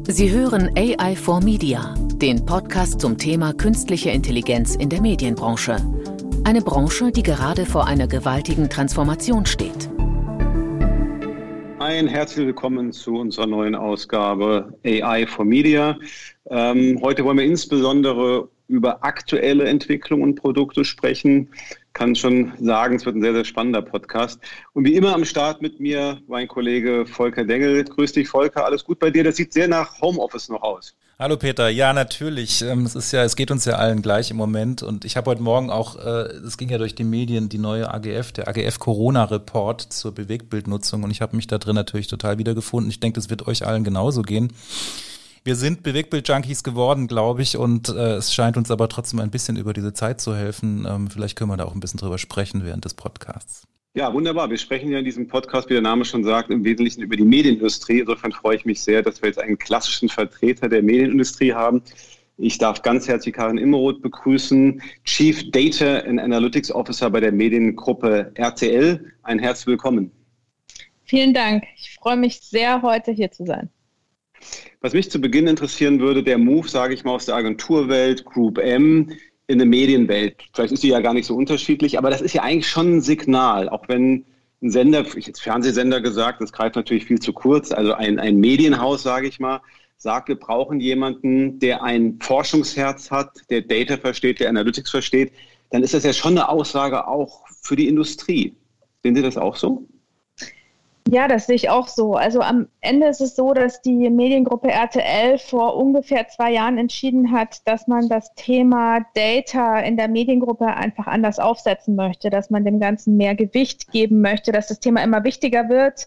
Sie hören AI for Media, den Podcast zum Thema künstliche Intelligenz in der Medienbranche. Eine Branche, die gerade vor einer gewaltigen Transformation steht. Ein herzlich willkommen zu unserer neuen Ausgabe AI for Media. Heute wollen wir insbesondere über aktuelle Entwicklungen und Produkte sprechen. Kann schon sagen, es wird ein sehr, sehr spannender Podcast. Und wie immer am Start mit mir mein Kollege Volker Dengel. Grüß dich, Volker. Alles gut bei dir? Das sieht sehr nach Homeoffice noch aus. Hallo Peter, ja natürlich. Es geht uns ja allen gleich im Moment und ich habe heute Morgen auch, es ging ja durch die Medien, die neue AGF, der AGF Corona Report zur Bewegtbildnutzung und ich habe mich da drin natürlich total wiedergefunden. Ich denke, das wird euch allen genauso gehen. Wir sind Bewegtbild-Junkies geworden, glaube ich, und es scheint uns aber trotzdem ein bisschen über diese Zeit zu helfen. Vielleicht können wir da auch ein bisschen drüber sprechen während des Podcasts. Ja, wunderbar. Wir sprechen ja in diesem Podcast, wie der Name schon sagt, im Wesentlichen über die Medienindustrie. Insofern freue ich mich sehr, dass wir jetzt einen klassischen Vertreter der Medienindustrie haben. Ich darf ganz herzlich Karin Immeroth begrüßen, Chief Data and Analytics Officer bei der Mediengruppe RTL. Ein herzlich willkommen. Vielen Dank. Ich freue mich sehr, heute hier zu sein. Was mich zu Beginn interessieren würde, der Move, sage ich mal, aus der Agenturwelt, Group M, in eine Medienwelt. Vielleicht ist die ja gar nicht so unterschiedlich, aber das ist ja eigentlich schon ein Signal, auch wenn ein Sender, ich hätte jetzt Fernsehsender gesagt, das greift natürlich viel zu kurz, also ein Medienhaus, sage ich mal, sagt, wir brauchen jemanden, der ein Forschungsherz hat, der Data versteht, der Analytics versteht, dann ist das ja schon eine Aussage auch für die Industrie. Sehen Sie das auch so? Ja, das sehe ich auch so. Also am Ende ist es so, dass die Mediengruppe RTL vor ungefähr 2 Jahren entschieden hat, dass man das Thema Data in der Mediengruppe einfach anders aufsetzen möchte, dass man dem Ganzen mehr Gewicht geben möchte, dass das Thema immer wichtiger wird.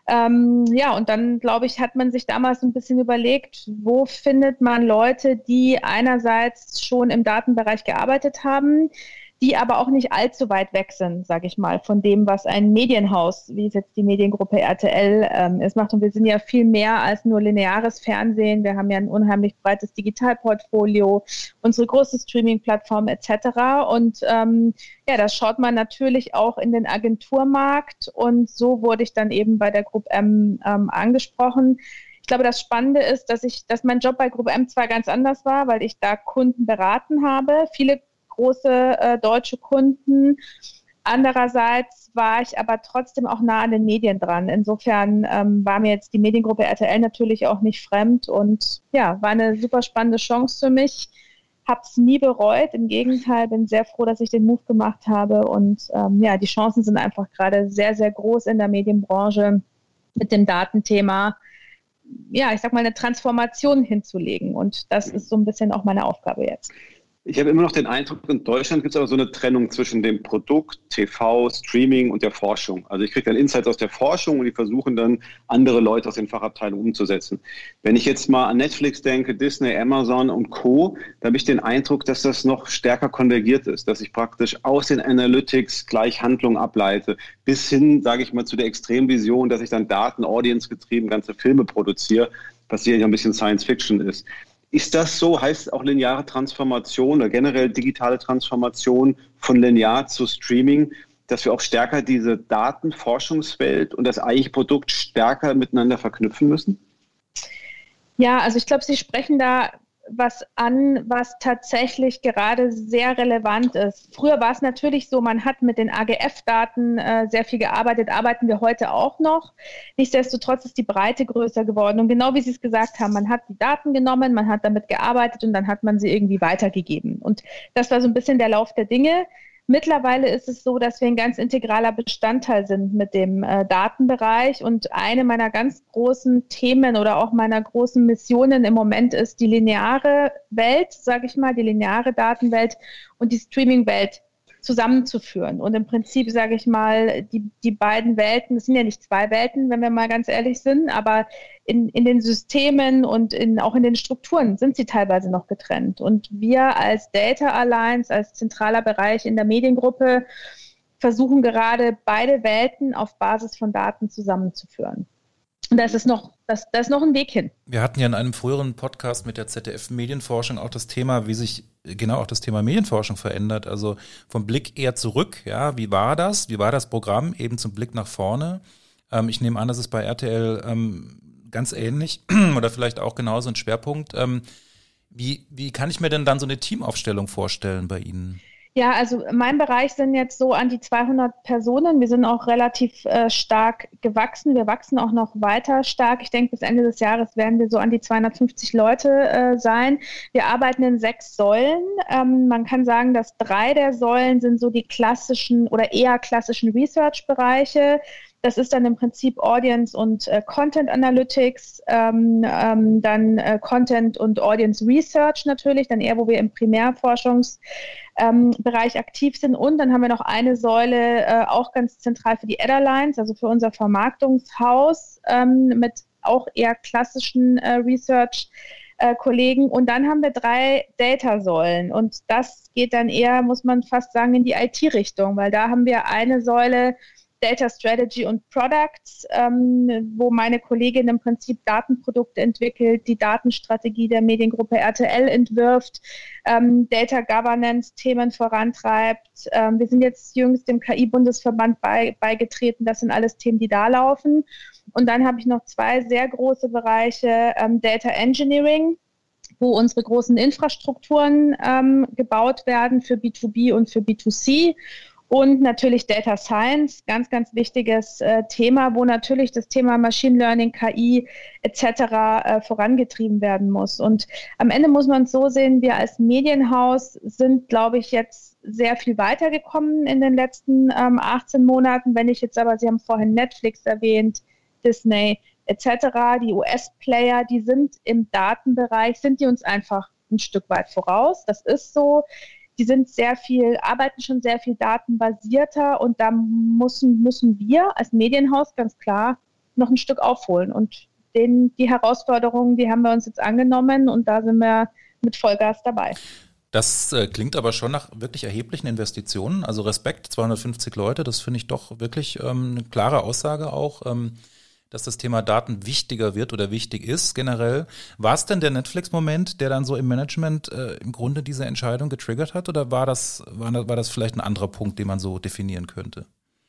Und dann, glaube ich, hat man sich damals ein bisschen überlegt, wo findet man Leute, die einerseits schon im Datenbereich gearbeitet haben, die aber auch nicht allzu weit weg sind, sage ich mal, von dem, was ein Medienhaus, wie es jetzt die Mediengruppe RTL ist, macht. Und wir sind ja viel mehr als nur lineares Fernsehen. Wir haben ja ein unheimlich breites Digitalportfolio, unsere große Streaming-Plattform etc. Und das schaut man natürlich auch in den Agenturmarkt. Und so wurde ich dann eben bei der Group M angesprochen. Ich glaube, das Spannende ist, dass mein Job bei Group M zwar ganz anders war, weil ich da Kunden beraten habe, viele große deutsche Kunden. Andererseits war ich aber trotzdem auch nah an den Medien dran. Insofern war mir jetzt die Mediengruppe RTL natürlich auch nicht fremd und ja, war eine super spannende Chance für mich. Habe es nie bereut. Im Gegenteil, bin sehr froh, dass ich den Move gemacht habe und die Chancen sind einfach gerade sehr, sehr groß in der Medienbranche mit dem Datenthema. Ja, ich sag mal, eine Transformation hinzulegen und das ist so ein bisschen auch meine Aufgabe jetzt. Ich habe immer noch den Eindruck, in Deutschland gibt es aber so eine Trennung zwischen dem Produkt, TV, Streaming und der Forschung. Also ich kriege dann Insights aus der Forschung und die versuchen dann, andere Leute aus den Fachabteilungen umzusetzen. Wenn ich jetzt mal an Netflix denke, Disney, Amazon und Co., da habe ich den Eindruck, dass das noch stärker konvergiert ist, dass ich praktisch aus den Analytics gleich Handlungen ableite, bis hin, sage ich mal, zu der Extremvision, dass ich dann Daten, Audience getrieben ganze Filme produziere, was hier ja ein bisschen Science Fiction ist. Ist das so? Heißt auch lineare Transformation oder generell digitale Transformation von linear zu Streaming, dass wir auch stärker diese Datenforschungswelt und das eigentliche Produkt stärker miteinander verknüpfen müssen? Ja, also ich glaube, Sie sprechen da was an, was tatsächlich gerade sehr relevant ist. Früher war es natürlich so, man hat mit den AGF-Daten sehr viel gearbeitet, arbeiten wir heute auch noch. Nichtsdestotrotz ist die Breite größer geworden. Und genau wie Sie es gesagt haben, man hat die Daten genommen, man hat damit gearbeitet und dann hat man sie irgendwie weitergegeben. Und das war so ein bisschen der Lauf der Dinge. Mittlerweile ist es so, dass wir ein ganz integraler Bestandteil sind mit dem Datenbereich und eine meiner ganz großen Themen oder auch meiner großen Missionen im Moment ist die lineare Welt, sage ich mal, die lineare Datenwelt und die Streaming-Welt zusammenzuführen. Und im Prinzip, sage ich mal, die beiden Welten, es sind ja nicht 2 Welten, wenn wir mal ganz ehrlich sind, aber in den Systemen und auch in den Strukturen sind sie teilweise noch getrennt. Und wir als Data Alliance, als zentraler Bereich in der Mediengruppe, versuchen gerade beide Welten auf Basis von Daten zusammenzuführen. Und da ist noch ein Weg hin. Wir hatten ja in einem früheren Podcast mit der ZDF-Medienforschung auch das Thema, wie sich genau auch das Thema Medienforschung verändert. Also vom Blick eher zurück, ja, wie war das? Wie war das Programm? Eben zum Blick nach vorne. Ich nehme an, dass es bei RTL ganz ähnlich oder vielleicht auch genauso ein Schwerpunkt. Wie kann ich mir denn dann so eine Teamaufstellung vorstellen bei Ihnen? Ja, also mein Bereich sind jetzt so an die 200 Personen. Wir sind auch relativ stark gewachsen. Wir wachsen auch noch weiter stark. Ich denke, bis Ende des Jahres werden wir so an die 250 Leute sein. Wir arbeiten in 6 Säulen. Man kann sagen, dass 3 der Säulen sind so die klassischen oder eher klassischen Research-Bereiche. Das ist dann im Prinzip Audience und Content Analytics, dann Content und Audience Research natürlich, dann eher, wo wir im Primärforschungsbereich aktiv sind. Und dann haben wir noch eine Säule, auch ganz zentral für die Ad Alliance, also für unser Vermarktungshaus mit auch eher klassischen Research-Kollegen. Und dann haben wir 3 Data-Säulen. Und das geht dann eher, muss man fast sagen, in die IT-Richtung, weil da haben wir eine Säule, Data Strategy und Products, wo meine Kollegin im Prinzip Datenprodukte entwickelt, die Datenstrategie der Mediengruppe RTL entwirft, Data Governance Themen vorantreibt. Wir sind jetzt jüngst dem KI-Bundesverband beigetreten. Das sind alles Themen, die da laufen. Und dann habe ich noch 2 sehr große Bereiche, Data Engineering, wo unsere großen Infrastrukturen gebaut werden für B2B und für B2C. Und natürlich Data Science, ganz, ganz wichtiges Thema, wo natürlich das Thema Machine Learning, KI etc. Vorangetrieben werden muss. Und am Ende muss man es so sehen, wir als Medienhaus sind, glaube ich, jetzt sehr viel weitergekommen in den letzten 18 Monaten. Wenn ich jetzt aber, Sie haben vorhin Netflix erwähnt, Disney etc., die US-Player, die sind im Datenbereich, sind die uns einfach ein Stück weit voraus. Das ist so. Die sind arbeiten schon sehr viel datenbasierter und da müssen wir als Medienhaus ganz klar noch ein Stück aufholen. Und die Herausforderungen, die haben wir uns jetzt angenommen und da sind wir mit Vollgas dabei. Das klingt aber schon nach wirklich erheblichen Investitionen. Also Respekt, 250 Leute, das finde ich doch wirklich eine klare Aussage auch. Dass das Thema Daten wichtiger wird oder wichtig ist generell. War es denn der Netflix-Moment, der dann so im Management im Grunde diese Entscheidung getriggert hat oder war das vielleicht ein anderer Punkt, den man so definieren könnte?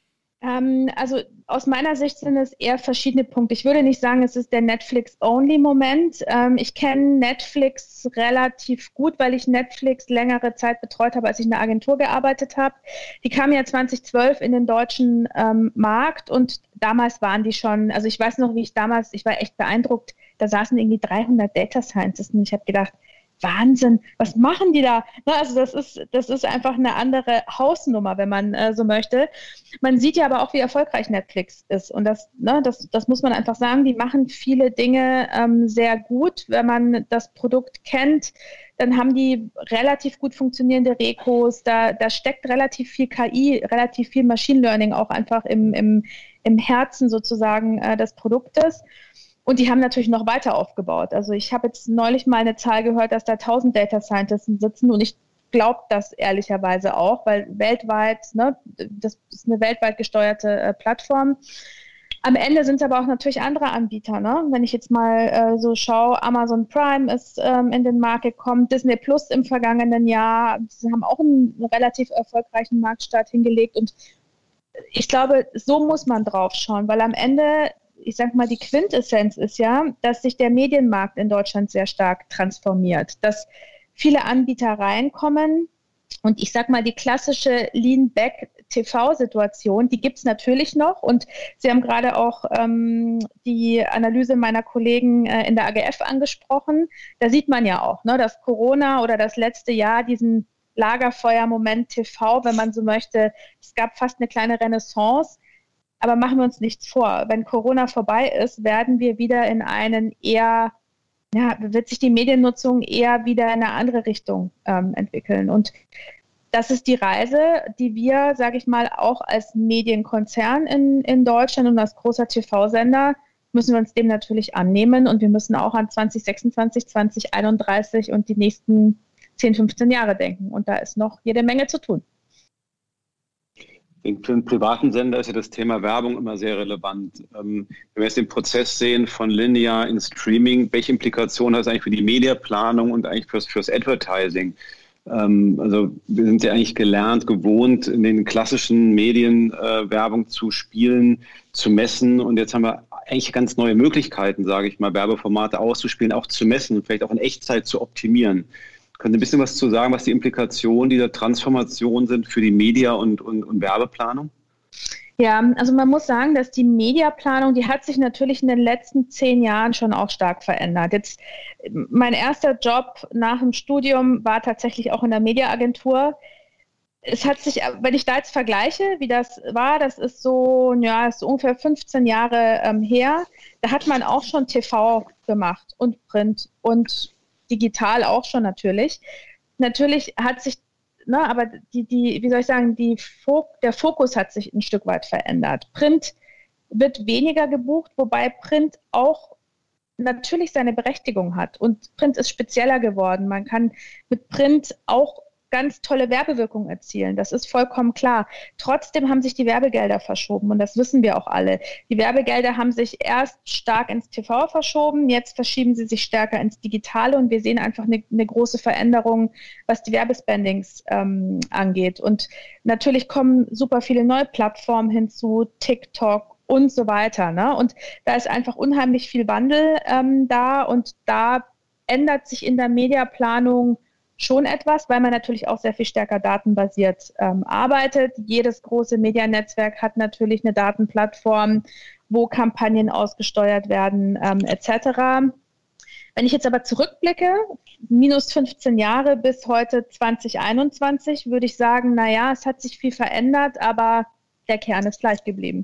Also aus meiner Sicht sind es eher verschiedene Punkte. Ich würde nicht sagen, es ist der Netflix-Only-Moment. Ich kenne Netflix relativ gut, weil ich Netflix längere Zeit betreut habe, als ich in der Agentur gearbeitet habe. Die kamen ja 2012 in den deutschen Markt und damals waren die schon, also ich weiß noch, ich war echt beeindruckt, da saßen irgendwie 300 Data Scientists und ich habe gedacht, Wahnsinn, was machen die da? Also das ist einfach eine andere Hausnummer, wenn man so möchte. Man sieht ja aber auch, wie erfolgreich Netflix ist und das muss man einfach sagen, die machen viele Dinge sehr gut. Wenn man das Produkt kennt, dann haben die relativ gut funktionierende Rekos, da steckt relativ viel KI, relativ viel Machine Learning auch einfach im Herzen sozusagen des Produktes. Und die haben natürlich noch weiter aufgebaut. Also ich habe jetzt neulich mal eine Zahl gehört, dass da 1000 Data Scientists sitzen und ich glaube das ehrlicherweise auch, weil weltweit, das ist eine weltweit gesteuerte Plattform. Am Ende sind es aber auch natürlich andere Anbieter. Wenn ich jetzt mal so schaue, Amazon Prime ist in den Markt gekommen, Disney Plus im vergangenen Jahr, sie haben auch einen relativ erfolgreichen Marktstart hingelegt und ich glaube, so muss man drauf schauen, weil am Ende, ich sag mal, die Quintessenz ist ja, dass sich der Medienmarkt in Deutschland sehr stark transformiert, dass viele Anbieter reinkommen und ich sag mal, die klassische Lean-Back-TV-Situation, die gibt's natürlich noch und Sie haben gerade auch die Analyse meiner Kollegen in der AGF angesprochen. Da sieht man ja auch, dass Corona oder das letzte Jahr diesen Lagerfeuer-Moment TV, wenn man so möchte, es gab fast eine kleine Renaissance. Aber machen wir uns nichts vor. Wenn Corona vorbei ist, werden wir wieder in einen wird sich die Mediennutzung eher wieder in eine andere Richtung entwickeln. Und das ist die Reise, die wir, sage ich mal, auch als Medienkonzern in Deutschland und als großer TV-Sender müssen wir uns dem natürlich annehmen. Und wir müssen auch an 2026, 2031 und die nächsten 10, 15 Jahre denken. Und da ist noch jede Menge zu tun. Für einen privaten Sender ist ja das Thema Werbung immer sehr relevant. Wenn wir jetzt den Prozess sehen von linear in Streaming, welche Implikationen hat es eigentlich für die Mediaplanung und eigentlich fürs Advertising? Also wir sind ja eigentlich gewohnt, in den klassischen Medien Werbung zu spielen, zu messen und jetzt haben wir eigentlich ganz neue Möglichkeiten, sage ich mal, Werbeformate auszuspielen, auch zu messen und vielleicht auch in Echtzeit zu optimieren. Können Sie ein bisschen was zu sagen, was die Implikationen dieser Transformation sind für die Media- und Werbeplanung? Ja, also man muss sagen, dass die Mediaplanung, die hat sich natürlich in den letzten 10 Jahren schon auch stark verändert. Jetzt, mein erster Job nach dem Studium war tatsächlich auch in der Mediaagentur. Es hat sich, wenn ich da jetzt vergleiche, wie das war, das ist so, ja, ist so ungefähr 15 Jahre her. Da hat man auch schon TV gemacht und Print und digital auch schon natürlich. Natürlich hat sich, aber wie soll ich sagen, der Fokus hat sich ein Stück weit verändert. Print wird weniger gebucht, wobei Print auch natürlich seine Berechtigung hat. Und Print ist spezieller geworden. Man kann mit Print auch ganz tolle Werbewirkung erzielen. Das ist vollkommen klar. Trotzdem haben sich die Werbegelder verschoben und das wissen wir auch alle. Die Werbegelder haben sich erst stark ins TV verschoben, jetzt verschieben sie sich stärker ins Digitale und wir sehen einfach eine große Veränderung, was die Werbespendings angeht. Und natürlich kommen super viele neue Plattformen hinzu, TikTok und so weiter. Ne? Und da ist einfach unheimlich viel Wandel da und da ändert sich in der Mediaplanung schon etwas, weil man natürlich auch sehr viel stärker datenbasiert arbeitet. Jedes große Medianetzwerk hat natürlich eine Datenplattform, wo Kampagnen ausgesteuert werden, etc. Wenn ich jetzt aber zurückblicke, minus 15 Jahre bis heute 2021, würde ich sagen, naja, es hat sich viel verändert, aber der Kern ist gleich geblieben.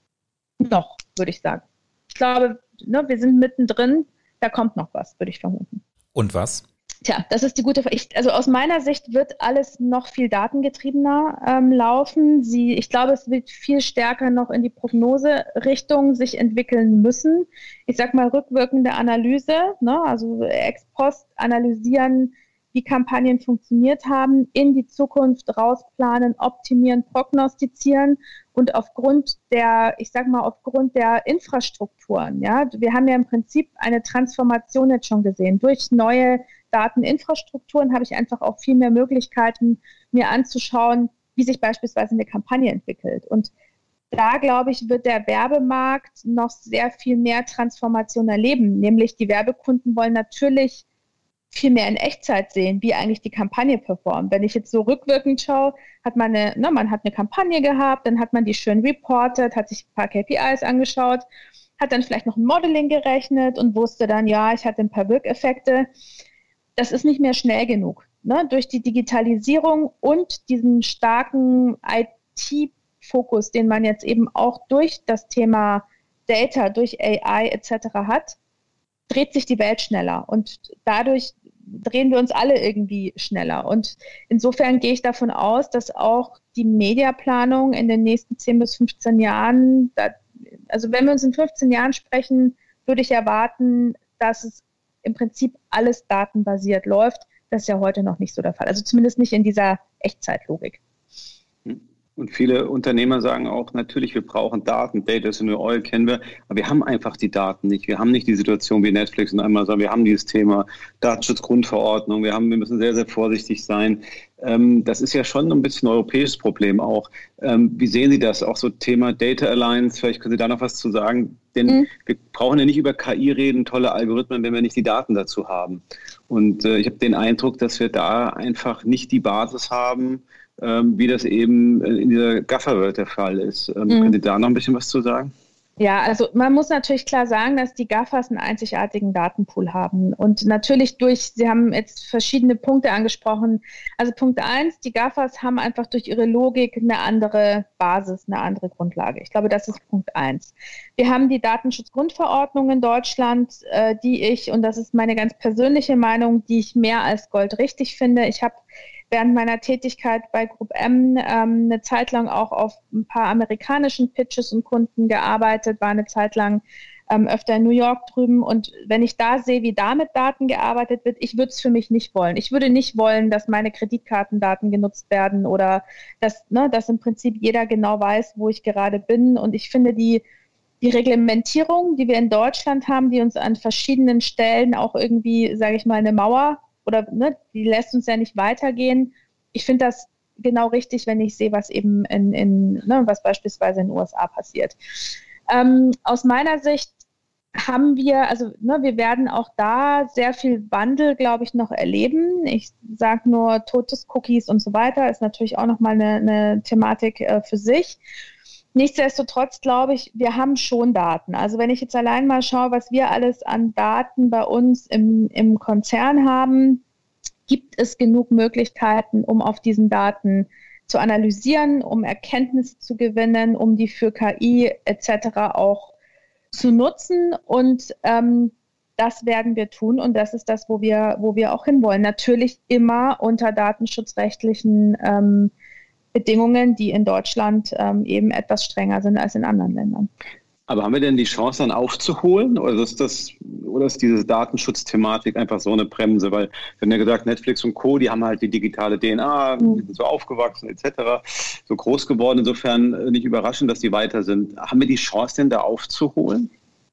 Noch, würde ich sagen. Ich glaube, wir sind mittendrin, da kommt noch was, würde ich vermuten. Und was? Tja, das ist die gute Frage. Also aus meiner Sicht wird alles noch viel datengetriebener laufen. Ich glaube, es wird viel stärker noch in die Prognoserichtung sich entwickeln müssen. Ich sag mal rückwirkende Analyse, also ex post analysieren, wie Kampagnen funktioniert haben, in die Zukunft rausplanen, optimieren, prognostizieren und aufgrund der Infrastrukturen, ja, wir haben ja im Prinzip eine Transformation jetzt schon gesehen. Durch neue Dateninfrastrukturen habe ich einfach auch viel mehr Möglichkeiten, mir anzuschauen, wie sich beispielsweise eine Kampagne entwickelt. Und da, glaube ich, wird der Werbemarkt noch sehr viel mehr Transformation erleben. Nämlich die Werbekunden wollen natürlich viel mehr in Echtzeit sehen, wie eigentlich die Kampagne performt. Wenn ich jetzt so rückwirkend schaue, hat man man hat eine Kampagne gehabt, dann hat man die schön reported, hat sich ein paar KPIs angeschaut, hat dann vielleicht noch ein Modeling gerechnet und wusste dann, ja, ich hatte ein paar Wirkeffekte. Das ist nicht mehr schnell genug. Durch die Digitalisierung und diesen starken IT-Fokus, den man jetzt eben auch durch das Thema Data, durch AI etc. hat, dreht sich die Welt schneller und dadurch drehen wir uns alle irgendwie schneller. Und insofern gehe ich davon aus, dass auch die Mediaplanung in den nächsten 10 bis 15 Jahren, also wenn wir uns in 15 Jahren sprechen, würde ich erwarten, dass es im Prinzip alles datenbasiert läuft. Das ist ja heute noch nicht so der Fall. Also zumindest nicht in dieser Echtzeitlogik. Und viele Unternehmer sagen auch, natürlich, wir brauchen Daten, Data is the new oil kennen wir, aber wir haben einfach die Daten nicht. Wir haben nicht die Situation wie Netflix und Amazon, wir haben dieses Thema Datenschutzgrundverordnung, wir müssen sehr, sehr vorsichtig sein. Das ist ja schon ein bisschen ein europäisches Problem auch. Wie sehen Sie das? Auch so Thema Data Alliance, vielleicht können Sie da noch was zu sagen, denn wir brauchen ja nicht über KI reden, tolle Algorithmen, wenn wir nicht die Daten dazu haben. Und ich habe den Eindruck, dass wir da einfach nicht die Basis haben, wie das eben in dieser GAFA-Welt der Fall ist. Können Sie da noch ein bisschen was zu sagen? Ja, also man muss natürlich klar sagen, dass die GAFAs einen einzigartigen Datenpool haben. Und natürlich Sie haben jetzt verschiedene Punkte angesprochen. Also Punkt 1, die GAFAs haben einfach durch ihre Logik eine andere Basis, eine andere Grundlage. Ich glaube, das ist Punkt 1. Wir haben die Datenschutzgrundverordnung in Deutschland, und das ist meine ganz persönliche Meinung, die ich mehr als goldrichtig finde. Ich habe während meiner Tätigkeit bei Group M eine Zeit lang auch auf ein paar amerikanischen Pitches und Kunden gearbeitet, war eine Zeit lang öfter in New York drüben. Und wenn ich da sehe, wie da mit Daten gearbeitet wird, ich würde es für mich nicht wollen. Ich würde nicht wollen, dass meine Kreditkartendaten genutzt werden oder dass im Prinzip jeder genau weiß, wo ich gerade bin. Und ich finde die Reglementierung, die wir in Deutschland haben, die uns an verschiedenen Stellen auch irgendwie, sage ich mal, eine Mauer oder die lässt uns ja nicht weitergehen. Ich finde das genau richtig, wenn ich sehe, was eben was beispielsweise in den USA passiert. Aus meiner Sicht haben wir, wir werden auch da sehr viel Wandel, glaube ich, noch erleben. Ich sage nur totes Cookies und so weiter, ist natürlich auch nochmal eine Thematik für sich. Nichtsdestotrotz glaube ich, wir haben schon Daten. Also wenn ich jetzt allein mal schaue, was wir alles an Daten bei uns im Konzern haben, gibt es genug Möglichkeiten, um auf diesen Daten zu analysieren, um Erkenntnisse zu gewinnen, um die für KI etc. auch zu nutzen. Und das werden wir tun und das ist das, wo wir auch hinwollen. Natürlich immer unter datenschutzrechtlichen Bedingungen, die in Deutschland eben etwas strenger sind als in anderen Ländern. Aber haben wir denn die Chance dann aufzuholen oder ist diese Datenschutzthematik einfach so eine Bremse? Weil wir haben ja gesagt, Netflix und Co., die haben halt die digitale DNA, die sind so aufgewachsen etc., so groß geworden. Insofern nicht überraschend, dass die weiter sind. Haben wir die Chance denn da aufzuholen?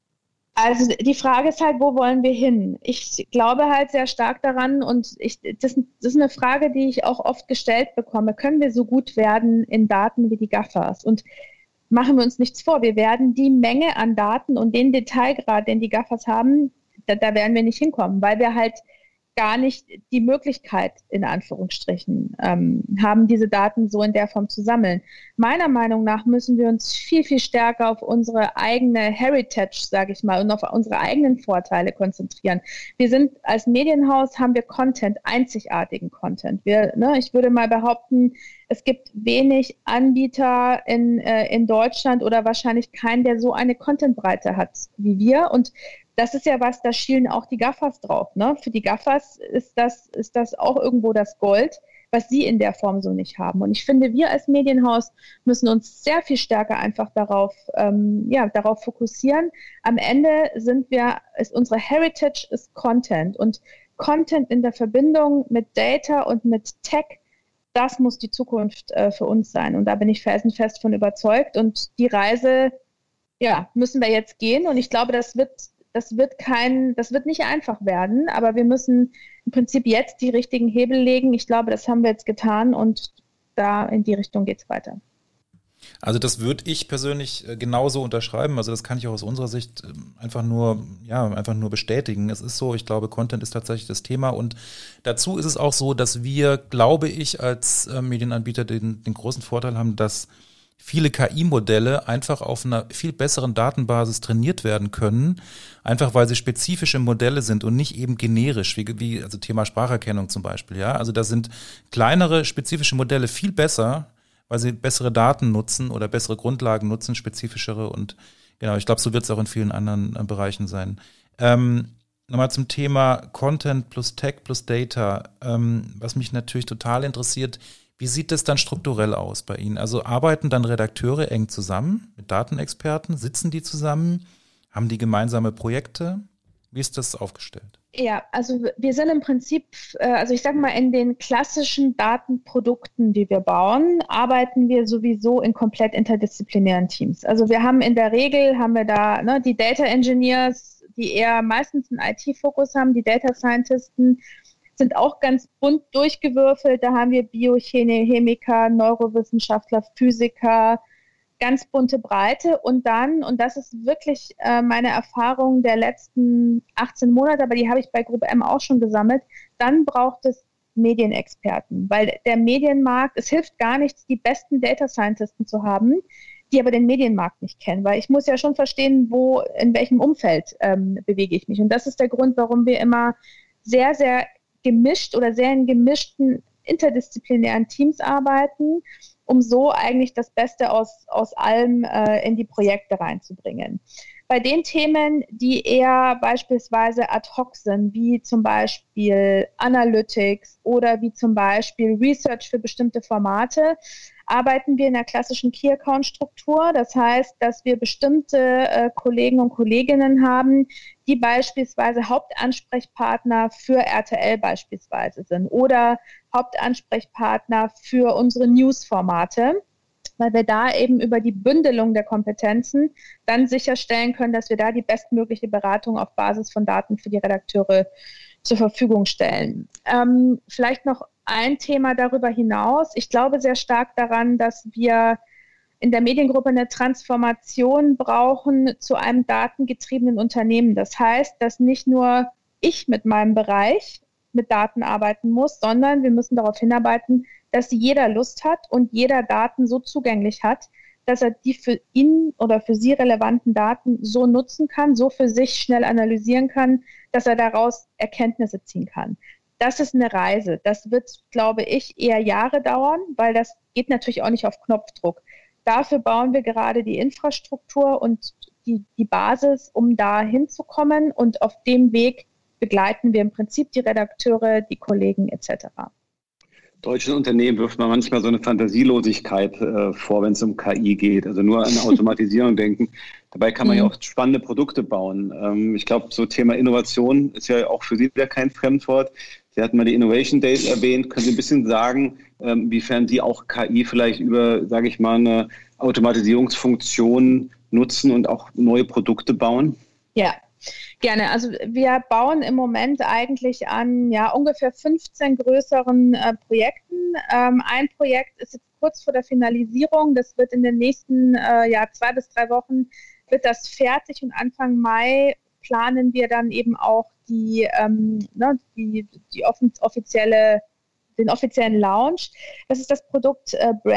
Also die Frage ist halt, wo wollen wir hin? Ich glaube halt sehr stark daran und das ist eine Frage, die ich auch oft gestellt bekomme. Können wir so gut werden in Daten wie die GAFAs? Und machen wir uns nichts vor, wir werden die Menge an Daten und den Detailgrad, den die GAFAs haben, da werden wir nicht hinkommen, weil wir halt gar nicht die Möglichkeit, in Anführungsstrichen, haben, diese Daten so in der Form zu sammeln. Meiner Meinung nach müssen wir uns viel, viel stärker auf unsere eigene Heritage, sage ich mal, und auf unsere eigenen Vorteile konzentrieren. Wir sind als Medienhaus, haben wir Content, einzigartigen Content. Ich würde mal behaupten, es gibt wenig Anbieter in Deutschland oder wahrscheinlich keinen, der so eine Contentbreite hat wie wir. Und das ist ja was, da schielen auch die GAFAs drauf. Ne? Für die GAFAs ist das auch irgendwo das Gold, was sie in der Form so nicht haben. Und ich finde, wir als Medienhaus müssen uns sehr viel stärker einfach darauf fokussieren. Am Ende ist unsere Heritage ist Content. Und Content in der Verbindung mit Data und mit Tech, das muss die Zukunft für uns sein. Und da bin ich felsenfest von überzeugt. Und die Reise, müssen wir jetzt gehen. Und ich glaube, das wird nicht einfach werden, aber wir müssen im Prinzip jetzt die richtigen Hebel legen. Ich glaube, das haben wir jetzt getan und da in die Richtung geht es weiter. Also das würde ich persönlich genauso unterschreiben. Also das kann ich auch aus unserer Sicht einfach nur bestätigen. Es ist so, ich glaube, Content ist tatsächlich das Thema und dazu ist es auch so, dass wir, glaube ich, als Medienanbieter den großen Vorteil haben, dass viele KI-Modelle einfach auf einer viel besseren Datenbasis trainiert werden können, einfach weil sie spezifische Modelle sind und nicht eben generisch, wie also Thema Spracherkennung zum Beispiel. Ja, also da sind kleinere spezifische Modelle viel besser, weil sie bessere Daten nutzen oder bessere Grundlagen nutzen, spezifischere und genau, ich glaube, so wird es auch in vielen anderen Bereichen sein. Nochmal zum Thema Content plus Tech plus Data, was mich natürlich total interessiert. Wie sieht das dann strukturell aus bei Ihnen? Also arbeiten dann Redakteure eng zusammen mit Datenexperten? Sitzen die zusammen? Haben die gemeinsame Projekte? Wie ist das aufgestellt? Ja, also wir sind im Prinzip, ich sage mal, in den klassischen Datenprodukten, die wir bauen, arbeiten wir sowieso in komplett interdisziplinären Teams. Also wir haben in der Regel, da die Data Engineers, die eher meistens einen IT-Fokus haben, die Data Scientisten, sind auch ganz bunt durchgewürfelt. Da haben wir Biochemiker, Neurowissenschaftler, Physiker, ganz bunte Breite. Und das ist wirklich meine Erfahrung der letzten 18 Monate, aber die habe ich bei Gruppe M auch schon gesammelt, dann braucht es Medienexperten, weil der Medienmarkt, es hilft gar nichts, die besten Data Scientisten zu haben, die aber den Medienmarkt nicht kennen, weil ich muss ja schon verstehen, in welchem Umfeld bewege ich mich. Und das ist der Grund, warum wir immer sehr, sehr gemischt oder sehr in gemischten interdisziplinären Teams arbeiten, um so eigentlich das Beste aus allem in die Projekte reinzubringen. Bei den Themen, die eher beispielsweise ad hoc sind, wie zum Beispiel Analytics oder wie zum Beispiel Research für bestimmte Formate, arbeiten wir in der klassischen Key-Account-Struktur. Das heißt, dass wir bestimmte Kollegen und Kolleginnen haben, die beispielsweise Hauptansprechpartner für RTL beispielsweise sind oder Hauptansprechpartner für unsere News-Formate, weil wir da eben über die Bündelung der Kompetenzen dann sicherstellen können, dass wir da die bestmögliche Beratung auf Basis von Daten für die Redakteure zur Verfügung stellen. Vielleicht noch ein Thema darüber hinaus. Ich glaube sehr stark daran, dass wir in der Mediengruppe eine Transformation brauchen zu einem datengetriebenen Unternehmen. Das heißt, dass nicht nur ich mit meinem Bereich mit Daten arbeiten muss, sondern wir müssen darauf hinarbeiten, dass jeder Lust hat und jeder Daten so zugänglich hat, dass er die für ihn oder für sie relevanten Daten so nutzen kann, so für sich schnell analysieren kann, dass er daraus Erkenntnisse ziehen kann. Das ist eine Reise. Das wird, glaube ich, eher Jahre dauern, weil das geht natürlich auch nicht auf Knopfdruck. Dafür bauen wir gerade die Infrastruktur und die Basis, um da hinzukommen. Und auf dem Weg begleiten wir im Prinzip die Redakteure, die Kollegen etc. Deutschen Unternehmen wirft man manchmal so eine Fantasielosigkeit vor, wenn es um KI geht. Also nur an Automatisierung denken. Dabei kann man ja auch spannende Produkte bauen. Ich glaube, so Thema Innovation ist ja auch für Sie wieder kein Fremdwort. Sie hatten mal die Innovation Days erwähnt. Können Sie ein bisschen sagen, inwiefern Sie auch KI vielleicht über, sage ich mal, eine Automatisierungsfunktion nutzen und auch neue Produkte bauen? Ja, gerne. Also wir bauen im Moment eigentlich an ungefähr 15 größeren Projekten. Ein Projekt ist jetzt kurz vor der Finalisierung. Das wird in den nächsten 2 bis 3 Wochen wird das fertig und Anfang Mai planen wir dann eben auch den offiziellen Launch. Das ist das Produkt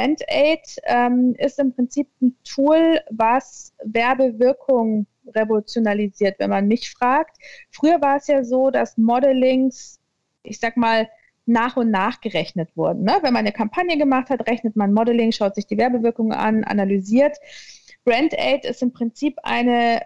BrandAid, ist im Prinzip ein Tool, was Werbewirkung revolutionalisiert, wenn man mich fragt. Früher war es ja so, dass Modelings, ich sag mal, nach und nach gerechnet wurden. Ne? Wenn man eine Kampagne gemacht hat, rechnet man Modeling, schaut sich die Werbewirkung an, analysiert. BrandAid ist im Prinzip eine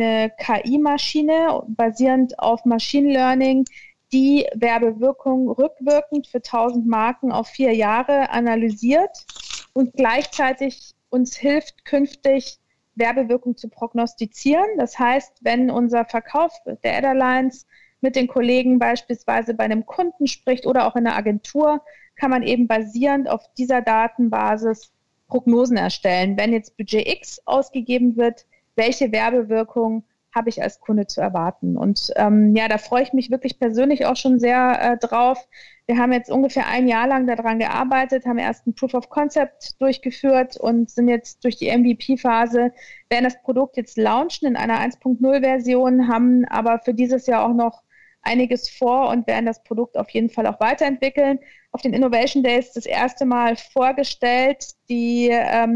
KI-Maschine basierend auf Machine Learning, die Werbewirkung rückwirkend für 1000 Marken auf 4 Jahre analysiert und gleichzeitig uns hilft, künftig Werbewirkung zu prognostizieren. Das heißt, wenn unser Verkauf der Ad-Alliance mit den Kollegen beispielsweise bei einem Kunden spricht oder auch in einer Agentur, kann man eben basierend auf dieser Datenbasis Prognosen erstellen. Wenn jetzt Budget X ausgegeben wird, welche Werbewirkung habe ich als Kunde zu erwarten? Und da freue ich mich wirklich persönlich auch schon sehr drauf. Wir haben jetzt ungefähr 1 Jahr lang daran gearbeitet, haben erst ein Proof of Concept durchgeführt und sind jetzt durch die MVP-Phase, werden das Produkt jetzt launchen in einer 1.0-Version, haben aber für dieses Jahr auch noch einiges vor und werden das Produkt auf jeden Fall auch weiterentwickeln. Auf den Innovation Days das erste Mal vorgestellt. Die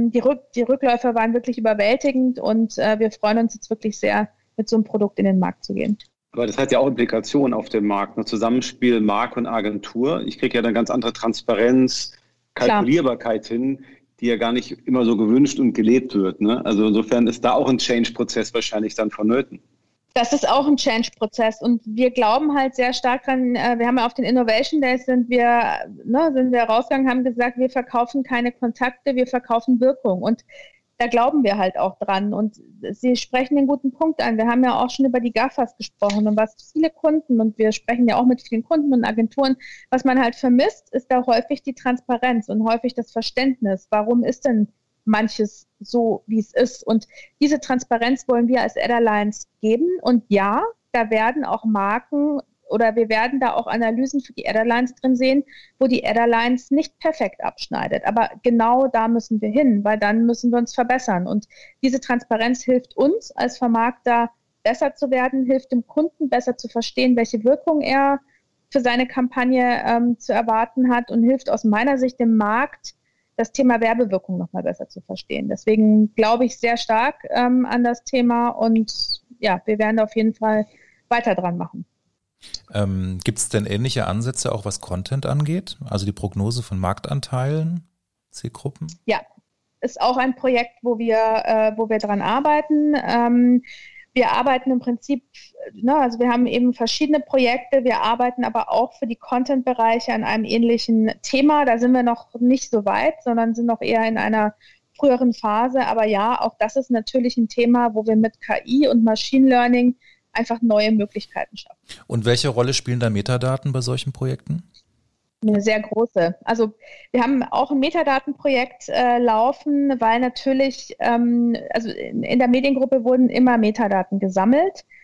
Rückläufer waren wirklich überwältigend und wir freuen uns jetzt wirklich sehr, mit so einem Produkt in den Markt zu gehen. Aber das hat ja auch Implikationen auf dem Markt. Ein Zusammenspiel Marke und Agentur. Ich kriege ja dann ganz andere Transparenz, Kalkulierbarkeit hin, die ja gar nicht immer so gewünscht und gelebt wird. Ne? Also insofern ist da auch ein Change-Prozess wahrscheinlich dann vonnöten. Das ist auch ein Change-Prozess und wir glauben halt sehr stark dran, wir haben ja auf den Innovation Days sind wir rausgegangen, haben gesagt, wir verkaufen keine Kontakte, wir verkaufen Wirkung und da glauben wir halt auch dran und Sie sprechen den guten Punkt an. Wir haben ja auch schon über die GAFAs gesprochen und was viele Kunden und wir sprechen ja auch mit vielen Kunden und Agenturen, was man halt vermisst, ist da häufig die Transparenz und häufig das Verständnis. Warum ist denn manches so, wie es ist? Und diese Transparenz wollen wir als Ad-Alliance geben. Und ja, da werden auch Marken oder wir werden da auch Analysen für die Ad-Alliance drin sehen, wo die Ad-Alliance nicht perfekt abschneidet. Aber genau da müssen wir hin, weil dann müssen wir uns verbessern. Und diese Transparenz hilft uns als Vermarkter besser zu werden, hilft dem Kunden besser zu verstehen, welche Wirkung er für seine Kampagne zu erwarten hat und hilft aus meiner Sicht dem Markt, das Thema Werbewirkung noch mal besser zu verstehen. Deswegen glaube ich sehr stark an das Thema und ja, wir werden auf jeden Fall weiter dran machen. Gibt es denn ähnliche Ansätze auch was Content angeht? Also die Prognose von Marktanteilen, Zielgruppen? Ja, ist auch ein Projekt, wo wir dran arbeiten. Wir arbeiten im Prinzip, also wir haben eben verschiedene Projekte, wir arbeiten aber auch für die Content-Bereiche an einem ähnlichen Thema. Da sind wir noch nicht so weit, sondern sind noch eher in einer früheren Phase. Aber ja, auch das ist natürlich ein Thema, wo wir mit KI und Machine Learning einfach neue Möglichkeiten schaffen. Und welche Rolle spielen da Metadaten bei solchen Projekten? Eine sehr große. Also wir haben auch ein Metadatenprojekt laufen, weil natürlich, also in der Mediengruppe wurden immer Metadaten gesammelt,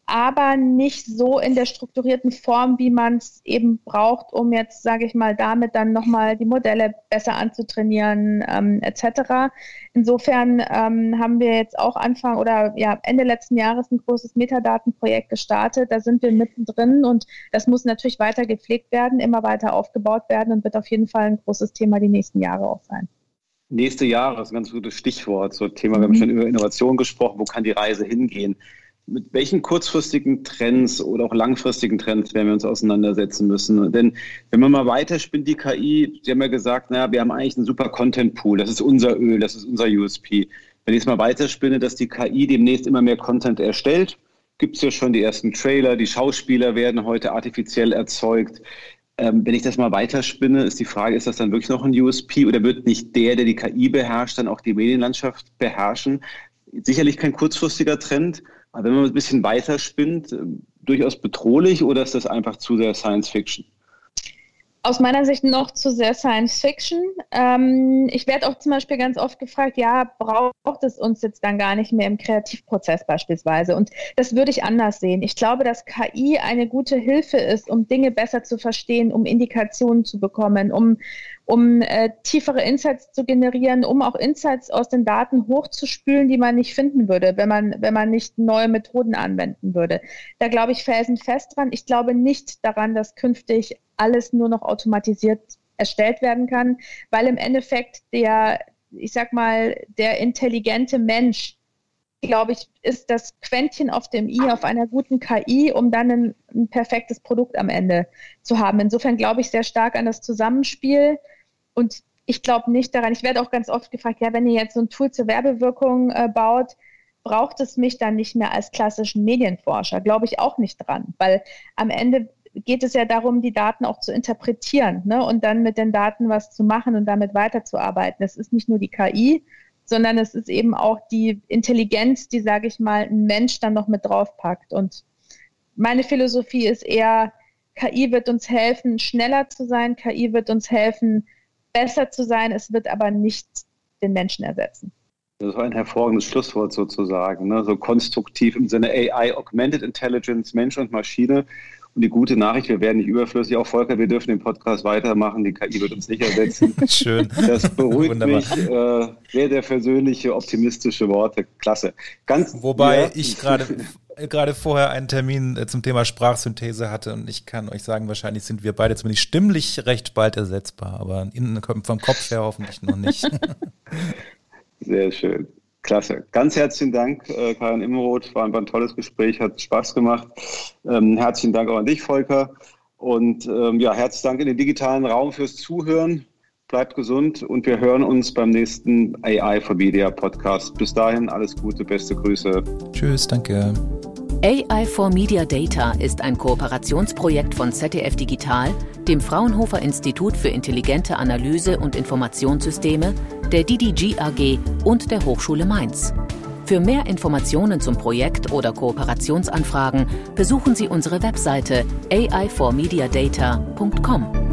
aber nicht so in der strukturierten Form, wie man es eben braucht, um jetzt, sage ich mal, damit dann nochmal die Modelle besser anzutrainieren, etc. Insofern haben wir jetzt auch Ende letzten Jahres ein großes Metadatenprojekt gestartet. Da sind wir mittendrin und das muss natürlich weiter gepflegt werden, immer weiter aufgebaut werden und wird auf jeden Fall ein großes Thema die nächsten Jahre auch sein. Nächste Jahre ist ein ganz gutes Stichwort. So Thema, wir haben schon über Innovation gesprochen. Wo kann die Reise hingehen? Mit welchen kurzfristigen Trends oder auch langfristigen Trends werden wir uns auseinandersetzen müssen? Denn wenn man mal weiterspinnt, die KI, Sie haben ja gesagt, wir haben eigentlich einen super Content-Pool, das ist unser Öl, das ist unser USP. Wenn ich es mal weiterspinne, dass die KI demnächst immer mehr Content erstellt, gibt es ja schon die ersten Trailer, die Schauspieler werden heute artifiziell erzeugt. Wenn ich das mal weiterspinne, ist die Frage, ist das dann wirklich noch ein USP oder wird nicht der die KI beherrscht, dann auch die Medienlandschaft beherrschen? Sicherlich kein kurzfristiger Trend, aber wenn man ein bisschen weiter spinnt, durchaus bedrohlich oder ist das einfach zu sehr Science Fiction? Aus meiner Sicht noch zu sehr Science Fiction. Ich werde auch zum Beispiel ganz oft gefragt, braucht es uns jetzt dann gar nicht mehr im Kreativprozess beispielsweise? Und das würde ich anders sehen. Ich glaube, dass KI eine gute Hilfe ist, um Dinge besser zu verstehen, um Indikationen zu bekommen, um tiefere Insights zu generieren, um auch Insights aus den Daten hochzuspülen, die man nicht finden würde, wenn man nicht neue Methoden anwenden würde. Da glaube ich felsenfest dran. Ich glaube nicht daran, dass künftig alles nur noch automatisiert erstellt werden kann, weil im Endeffekt der intelligente Mensch, glaube ich, ist das Quäntchen auf dem i auf einer guten KI, um dann ein perfektes Produkt am Ende zu haben. Insofern glaube ich sehr stark an das Zusammenspiel und ich glaube nicht daran, ich werde auch ganz oft gefragt, wenn ihr jetzt so ein Tool zur Werbewirkung baut, braucht es mich dann nicht mehr als klassischen Medienforscher? Glaube ich auch nicht dran, weil am Ende geht es ja darum, die Daten auch zu interpretieren, ne? Und dann mit den Daten was zu machen und damit weiterzuarbeiten. Es ist nicht nur die KI, sondern es ist eben auch die Intelligenz, die, sage ich mal, ein Mensch dann noch mit draufpackt. Und meine Philosophie ist eher, KI wird uns helfen, schneller zu sein, KI wird uns helfen, besser zu sein, es wird aber nicht den Menschen ersetzen. Das war ein hervorragendes Schlusswort sozusagen, ne? So konstruktiv im Sinne AI, Augmented Intelligence, Mensch und Maschine. Und die gute Nachricht, wir werden nicht überflüssig. Auch Volker, wir dürfen den Podcast weitermachen. Die KI wird uns nicht ersetzen. Schön. Das beruhigt mich. Sehr, sehr versöhnliche, optimistische Worte. Klasse. Wobei ich gerade vorher einen Termin zum Thema Sprachsynthese hatte und ich kann euch sagen, wahrscheinlich sind wir beide zumindest stimmlich recht bald ersetzbar, aber vom Kopf her hoffentlich noch nicht. Sehr schön. Klasse. Ganz herzlichen Dank, Karin Immerroth. War ein tolles Gespräch, hat Spaß gemacht. Herzlichen Dank auch an dich, Volker. Und herzlichen Dank in den digitalen Raum fürs Zuhören. Bleibt gesund und wir hören uns beim nächsten AI for Media Podcast. Bis dahin, alles Gute, beste Grüße. Tschüss, danke. AI for Media Data ist ein Kooperationsprojekt von ZDF Digital, dem Fraunhofer Institut für intelligente Analyse und Informationssysteme, der DDG AG und der Hochschule Mainz. Für mehr Informationen zum Projekt oder Kooperationsanfragen besuchen Sie unsere Webseite aiformediadata.com.